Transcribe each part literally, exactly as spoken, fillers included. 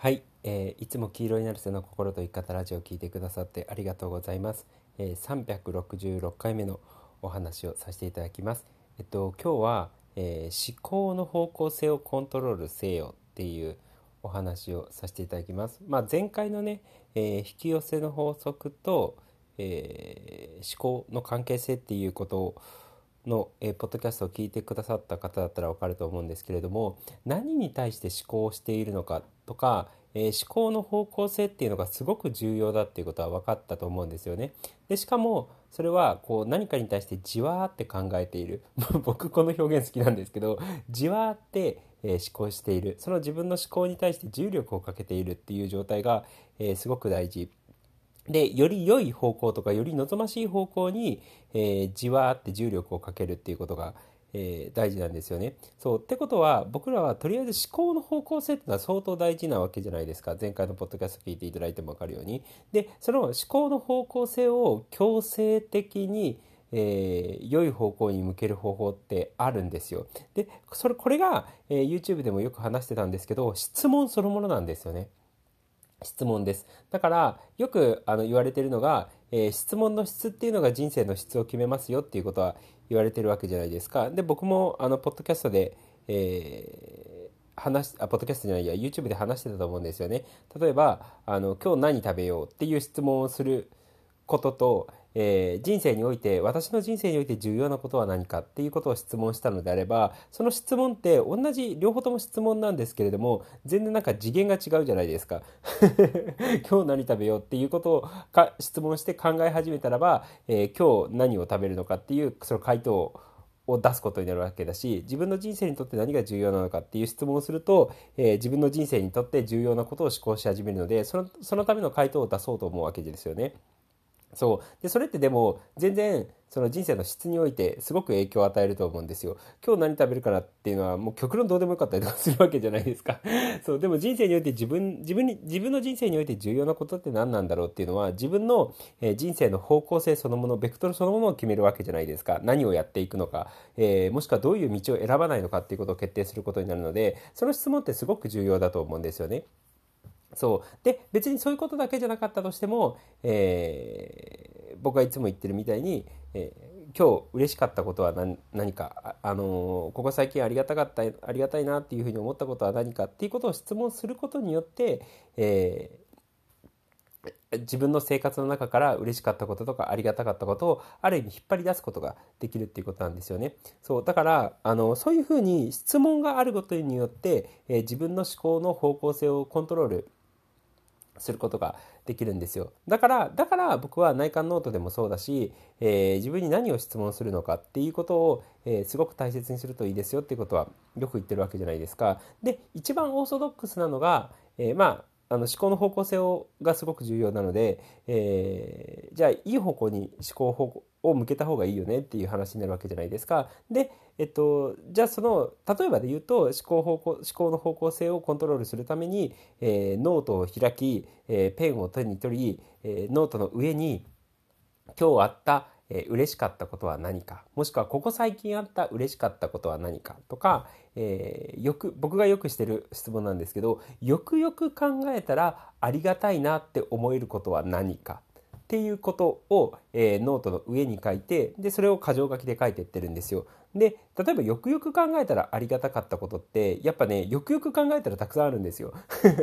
はい、えーいつも黄色になる背の心と生き方ラジオを聞いてくださってありがとうございます。えーさんびゃくろくじゅうろっかいめのお話をさせていただきます。えっと今日は、えー思考の方向性をコントロールせよっていうお話をさせていただきます。まあ、前回のね、えー引き寄せの法則と、えー思考の関係性っていうことをの、えーポッドキャストを聞いてくださった方だったら分かると思うんですけれども、何に対して思考をしているのかとか、えー思考の方向性っていうのがすごく重要だっていうことは分かったと思うんですよね。でしかもそれはこう何かに対してじわーって考えている僕この表現好きなんですけど、じわーって、えー思考している、その自分の思考に対して重力をかけているっていう状態が、えーすごく大事で、より良い方向とかより望ましい方向に、えーじわーって重力をかけるっていうことが、えー大事なんですよね。そうってことは、僕らはとりあえず思考の方向性っていうのは相当大事なわけじゃないですか。前回のポッドキャスト聞いていただいても分かるように。でその思考の方向性を強制的に、えー良い方向に向ける方法ってあるんですよ。でそれこれが、えー YouTube でもよく話してたんですけど、質問そのものなんですよね。質問です。だからよくあの言われているのが、えー質問の質っていうのが人生の質を決めますよっていうことは言われてるわけじゃないですか。で僕もあのポッドキャストで、えー話あポッドキャストじゃないや YouTube で話してたと思うんですよね。例えばあの今日何食べようっていう質問をすることと、えー人生において私の人生において重要なことは何かっていうことを質問したのであれば、その質問って同じ両方とも質問なんですけれども、全然なんか次元が違うじゃないですか。今日何食べようっていうことをか質問して考え始めたらば、えー今日何を食べるのかっていうその回答を出すことになるわけだし、自分の人生にとって何が重要なのかっていう質問をすると、えー自分の人生にとって重要なことを思考し始めるので、そのそのための回答を出そうと思うわけですよね。そうでそれってでも全然その人生の質においてすごく影響を与えると思うんですよ。今日何食べるかなっていうのはもう極論どうでもよかったりとかするわけじゃないですか。そうでも人生において自分自分に自分の人生において重要なことって何なんだろうっていうのは、自分の、えー人生の方向性そのもの、ベクトルそのものを決めるわけじゃないですか。何をやっていくのか、えーもしくはどういう道を選ばないのかっていうことを決定することになるので、その質問ってすごく重要だと思うんですよね。そうで別にそういうことだけじゃなかったとしても、えー僕がいつも言ってるみたいに、えー今日嬉しかったことは何何か、あ、あのーここ最近ありがたかったありがたいなっていうふうに思ったことは何かっていうことを質問することによって、えー自分の生活の中から嬉しかったこととかありがたかったことをある意味引っ張り出すことができるっていうことなんですよね。そうだからあのそういうふうに質問があることによって、えー自分の思考の方向性をコントロールすることができるんですよ。だからだから僕は内観ノートでもそうだし、えー自分に何を質問するのかっていうことを、えーすごく大切にするといいですよっていうことはよく言ってるわけじゃないですか。で一番オーソドックスなのが、えーまああの思考の方向性をがすごく重要なので、えーじゃあいい方向に思考方向を向けた方がいいよねっていう話になるわけじゃないですか。で、えっと、じゃあその例えばで言うと思考方向思考の方向性をコントロールするために、えーノートを開き、えーペンを手に取り、えーノートの上に今日あった、えー嬉しかったことは何か、もしくはここ最近あった嬉しかったことは何かとか、えーよく僕がよくしてる質問なんですけど、よくよく考えたらありがたいなって思えることは何かっていうことを、えーノートの上に書いて、でそれを箇条書きで書いていってるんですよ。で例えばよくよく考えたらありがたかったことってやっぱね、よくよく考えたらたくさんあるんですよ。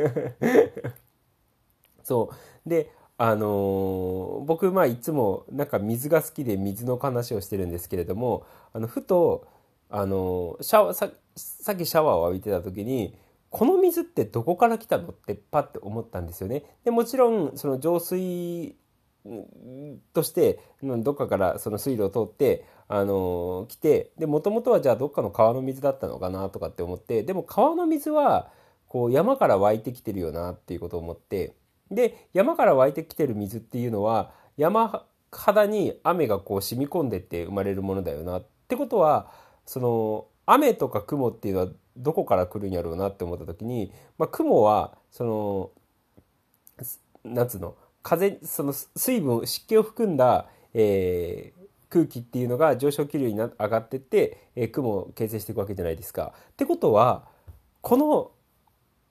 そうであのー僕まあいつもなんか水が好きで水の話をしてるんですけれども、あのふとあのーシャワーささっきシャワーを浴びてた時に、この水ってどこから来たのってパッて思ったんですよね。でもちろんその浄水としてどっかからその水路を通ってあのー来て、でもともとはじゃあどっかの川の水だったのかなとかって思って、でも川の水はこう山から湧いてきてるよなっていうことを思って、で山から湧いてきてる水っていうのは山肌に雨がこう染み込んでって生まれるものだよなってことは、その雨とか雲っていうのはどこから来るんやろうなって思った時に、まあ、雲はその夏の風、その水分湿気を含んだ、えー空気っていうのが上昇気流にな上がってって、えー雲を形成していくわけじゃないですか。ってことはこの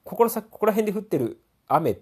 ここらさここら辺で降ってる雨って、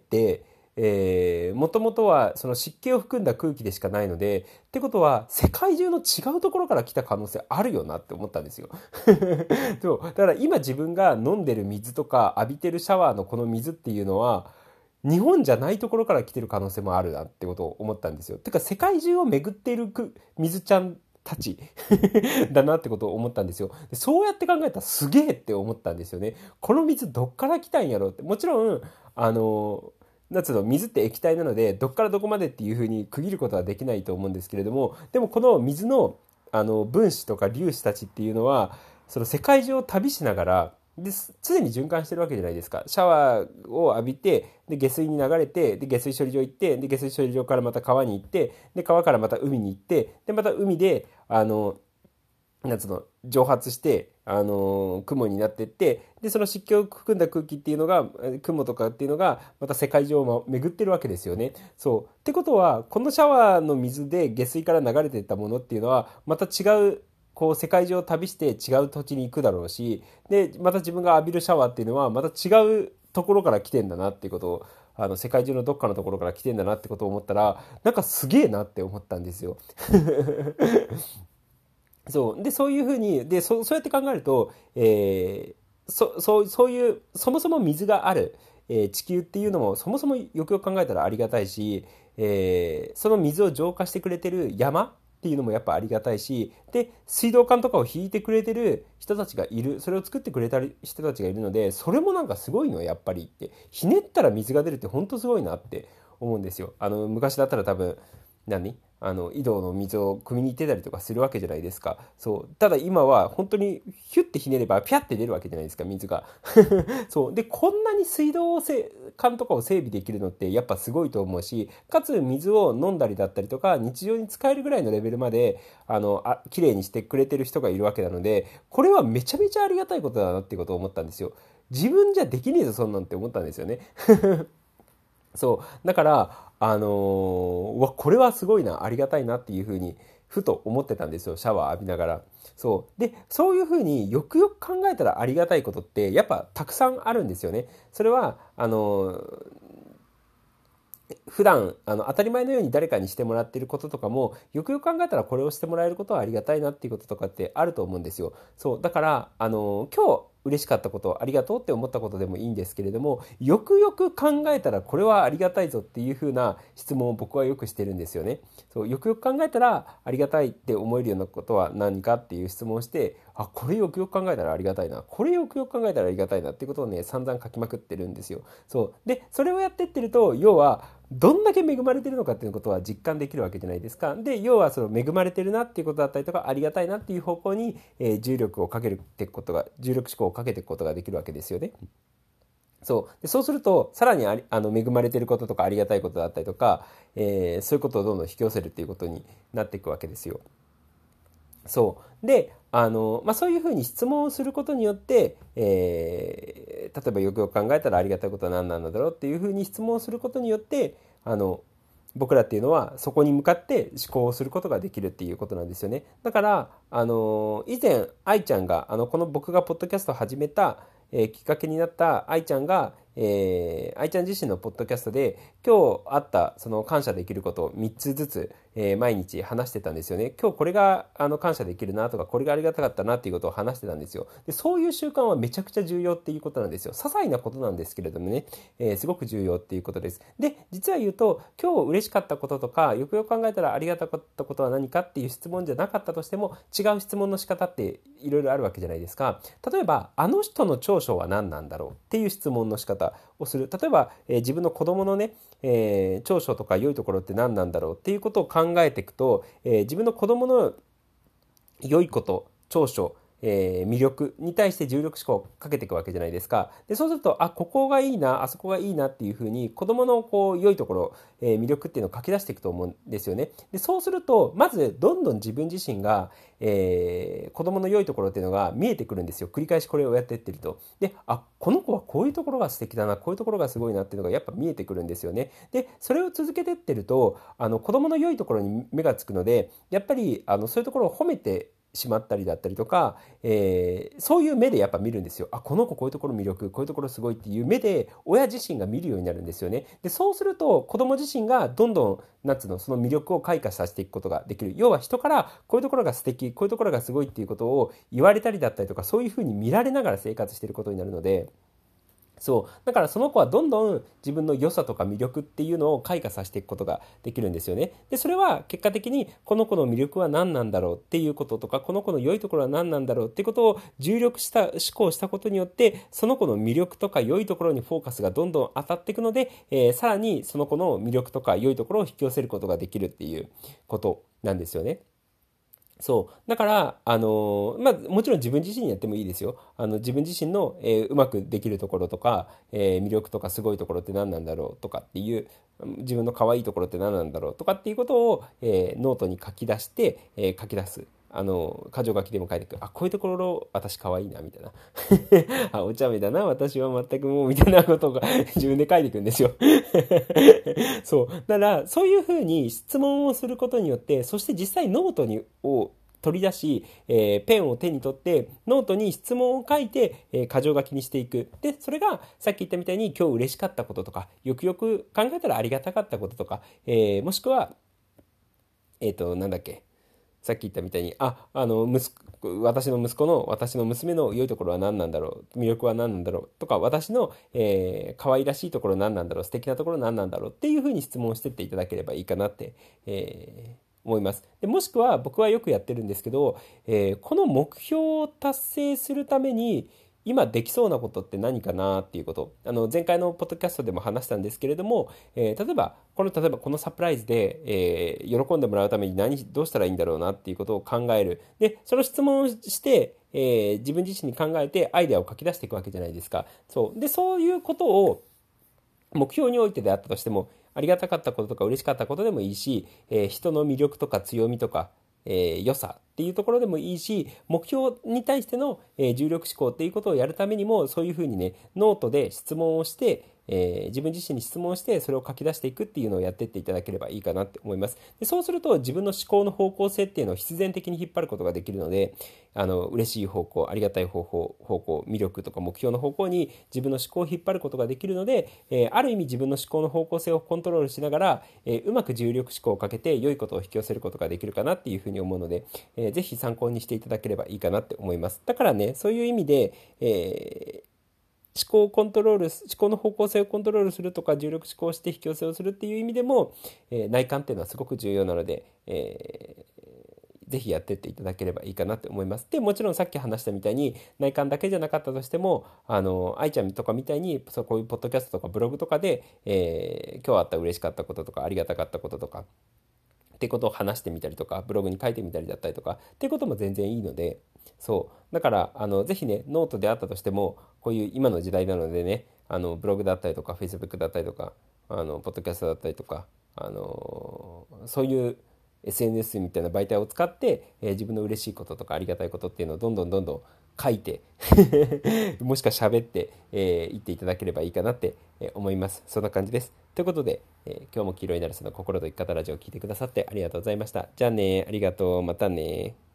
えー、もともとはその湿気を含んだ空気でしかないので、ってことは世界中の違うところから来た可能性あるよなって思ったんですよ。そうだから今自分が飲んでる水とか浴びてるシャワーのこの水っていうのは日本じゃないところから来てる可能性もあるなってことを思ったんですよ。てか世界中を巡っているく水ちゃんたちだなってことを思ったんですよ。でそうやって考えたらすげえって思ったんですよね。この水どっから来たんやろうって。もちろんあのなんつうの、水って液体なのでどっからどこまでっていうふうに区切ることはできないと思うんですけれども、でもこの水のあの分子とか粒子たちっていうのはその世界中を旅しながらで常に循環してるわけじゃないですか。シャワーを浴びてで下水に流れてで下水処理場行ってで下水処理場からまた川に行ってで川からまた海に行ってでまた海であのなんつうの蒸発してあの雲になってってでその湿気を含んだ空気っていうのが雲とかっていうのがまた世界中を巡ってるわけですよね。そうってことはこのシャワーの水で下水から流れていったものっていうのはまた違うこう世界中を旅して違う土地に行くだろうしでまた自分が浴びるシャワーっていうのはまた違うところから来てんだなっていうことをあの世界中のどっかのところから来てんだなってことを思ったらなんかすげえなって思ったんですよ。そうでそういうふうにでそそうやって考えると、えー、そそうそういうそもそも水がある、えー地球っていうのもそもそもよくよく考えたらありがたいし、えーその水を浄化してくれてる山っていうのもやっぱありがたいしで水道管とかを引いてくれてる人たちがいるそれを作ってくれた人たちがいるのでそれもなんかすごいのやっぱりってひねったら水が出るって本当すごいなって思うんですよ。あの昔だったら多分何あの井戸の水を汲みに行ってたりとかするわけじゃないですか。そうただ今は本当にヒュッてひねればピャッて出るわけじゃないですか水が。そうでこんなに水道管とかを整備できるのってやっぱすごいと思うしかつ水を飲んだりだったりとか日常に使えるぐらいのレベルまであのあ綺麗にしてくれてる人がいるわけなのでこれはめちゃめちゃありがたいことだなっていうことを思ったんですよ。自分じゃできねえぞそんなんって思ったんですよね。そうだからあのーうわこれはすごいなありがたいなっていうふうにふと思ってたんですよシャワー浴びながら。そうでそういうふうによくよく考えたらありがたいことってやっぱたくさんあるんですよね。それはあのー普段あの当たり前のように誰かにしてもらっていることとかもよくよく考えたらこれをしてもらえることはありがたいなっていうこととかってあると思うんですよ。そうだからあの今日嬉しかったことありがとうって思ったことでもいいんですけれどもよくよく考えたらこれはありがたいぞっていうふうな質問を僕はよくしてるんですよね。そうよくよく考えたらありがたいって思えるようなことは何かっていう質問をしてあこれよくよく考えたらありがたいなこれよくよく考えたらありがたいなっていうことをね散々書きまくってるんですよ。そうでそれをやってってると要はどんだけ恵まれてるのかっていうことは実感できるわけじゃないですか。で要はその恵まれてるなっていうことだったりとかありがたいなっていう方向に、えー重力をかけていくことが重力思考をかけていくことができるわけですよね。そうでそうするとさらにありあの恵まれてることとかありがたいことだったりとか、えーそういうことをどんどん引き寄せるっていうことになっていくわけですよ。そうであの、まあ、そういうふうに質問をすることによって、えー例えばよくよく考えたらありがたいことは何なんだろうっていうふうに質問をすることによってあの僕らっていうのはそこに向かって思考をすることができるっていうことなんですよね。だからあの以前愛ちゃんがあのこの僕がポッドキャストを始めた、えーきっかけになった愛ちゃんが、えー愛ちゃん自身のポッドキャストで今日あったその感謝できることをみっつずつ、えー毎日話してたんですよね。今日これがあの感謝できるなとかこれがありがたかったなっていうことを話してたんですよ。でそういう習慣はめちゃくちゃ重要っていうことなんですよ。些細なことなんですけれどもね、えーすごく重要っていうことです。で実は言うと今日嬉しかったこととかよくよく考えたらありがたかったことは何かっていう質問じゃなかったとしても違う質問の仕方っていろいろあるわけじゃないですか。例えばあの人の長所は何なんだろうっていう質問の仕方をする。例えば、えー自分の子供のね、えー長所とか良いところって何なんだろうっていうことを考えていくと、えー自分の子供の良いこと長所、えー魅力に対して重力思考をかけていくわけじゃないですか。でそうするとあここがいいなあそこがいいなっていうふうに子供のこう良いところ、えー魅力っていうのを書き出していくと思うんですよね。でそうするとまずどんどん自分自身が、えー子供の良いところっていうのが見えてくるんですよ。繰り返しこれをやっていってると。であこの子はこういうところが素敵だなこういうところがすごいなっていうのがやっぱ見えてくるんですよね。でそれを続けてってるとあの子供の良いところに目がつくのでやっぱりあのそういうところを褒めてしまったりだったりとか、えーそういう目でやっぱ見るんですよ。あ、この子こういうところ魅力、こういうところすごいっていう目で親自身が見るようになるんですよね。で、そうすると子供自身がどんどん、なんつうの、その魅力を開花させていくことができる。要は人からこういうところが素敵、こういうところがすごいっていうことを言われたりだったりとか、そういうふうに見られながら生活していることになるので、そうだからその子はどんどん自分の良さとか魅力っていうのを開花させていくことができるんですよね。でそれは結果的にこの子の魅力は何なんだろうっていうこととか、この子の良いところは何なんだろうっていうことを重力した思考したことによって、その子の魅力とか良いところにフォーカスがどんどん当たっていくので、えーさらにその子の魅力とか良いところを引き寄せることができるっていうことなんですよね。そう。だから、あのーまあ、もちろん自分自身にやってもいいですよ。あの、自分自身の、えーうまくできるところとか、えー魅力とかすごいところって何なんだろうとかっていう、自分の可愛いところって何なんだろうとかっていうことを、えーノートに書き出して、えー書き出す。あの、箇条書きでも書いていく。あ、こういうところ私可愛いな、みたいな。あ、お茶目だな、私は全くもう、みたいなことが自分で書いていくんですよ。そう。だから、そういうふうに質問をすることによって、そして実際ノートにを取り出し、えーペンを手に取って、ノートに質問を書いて、えー箇条書きにしていく。で、それが、さっき言ったみたいに、今日嬉しかったこととか、よくよく考えたらありがたかったこととか、えーもしくは、えっと、なんだっけ、さっき言ったみたいに、あ、あの、息子、私の息子の、私の娘の良いところは何なんだろう、魅力は何なんだろうとか、私の、えー可愛らしいところ何なんだろう、素敵なところ何なんだろうっていうふうに質問してっていただければいいかなって、えー思います。で、もしくは僕はよくやってるんですけど、えーこの目標を達成するために、今できそうなことって何かなっていうこと。あの、前回のポッドキャストでも話したんですけれども、えー例えば、この、例えばこのサプライズで、えー喜んでもらうために何、どうしたらいいんだろうなっていうことを考える。で、その質問をして、えー自分自身に考えてアイデアを書き出していくわけじゃないですか。そう。で、そういうことを、目標においてであったとしても、ありがたかったこととか嬉しかったことでもいいし、えー人の魅力とか強みとか、えー良さっていうところでもいいし、目標に対しての、えー重力思考っていうことをやるためにも、そういうふうにね、ノートで質問をして、えー自分自身に質問をして、それを書き出していくっていうのをやっていっていただければいいかなって思います。で、そうすると、自分の思考の方向性っていうのを必然的に引っ張ることができるので、あの、嬉しい方向、ありがたい方法、方向、魅力とか目標の方向に自分の思考を引っ張ることができるので、えーある意味自分の思考の方向性をコントロールしながら、えーうまく重力思考をかけて良いことを引き寄せることができるかなっていうふうに思うので、えーぜひ参考にしていただければいいかなって思います。だからね、そういう意味で、えー思考をコントロール、思考の方向性をコントロールするとか、重力思考をして引き寄せをするっていう意味でも、えー内観っていうのはすごく重要なので、えーぜひやってっていただければいいかなって思います。で、もちろんさっき話したみたいに内観だけじゃなかったとしても、あの、愛ちゃんとかみたいに、そうこういうポッドキャストとかブログとかで、えー今日あった嬉しかったこととか、ありがたかったこととか、っていうことを話してみたりとか、ブログに書いてみたりだったりとか、っていうことも全然いいので、そう。だから、あの、ぜひね、ノートであったとしても、こういう今の時代なのでね、あの、ブログだったりとか、Facebook だったりとか、あの、ポッドキャストだったりとか、あの、そういう エスエヌエス みたいな媒体を使って、えー自分の嬉しいこととかありがたいことっていうのをどんどんどんどん書いてもしくは喋って、えー言っていただければいいかなって、えー思います。そんな感じです。ということで、えー今日も黄色いナルセの心と生き方ラジオを聞いてくださってありがとうございました。じゃあね、ありがとう、またね。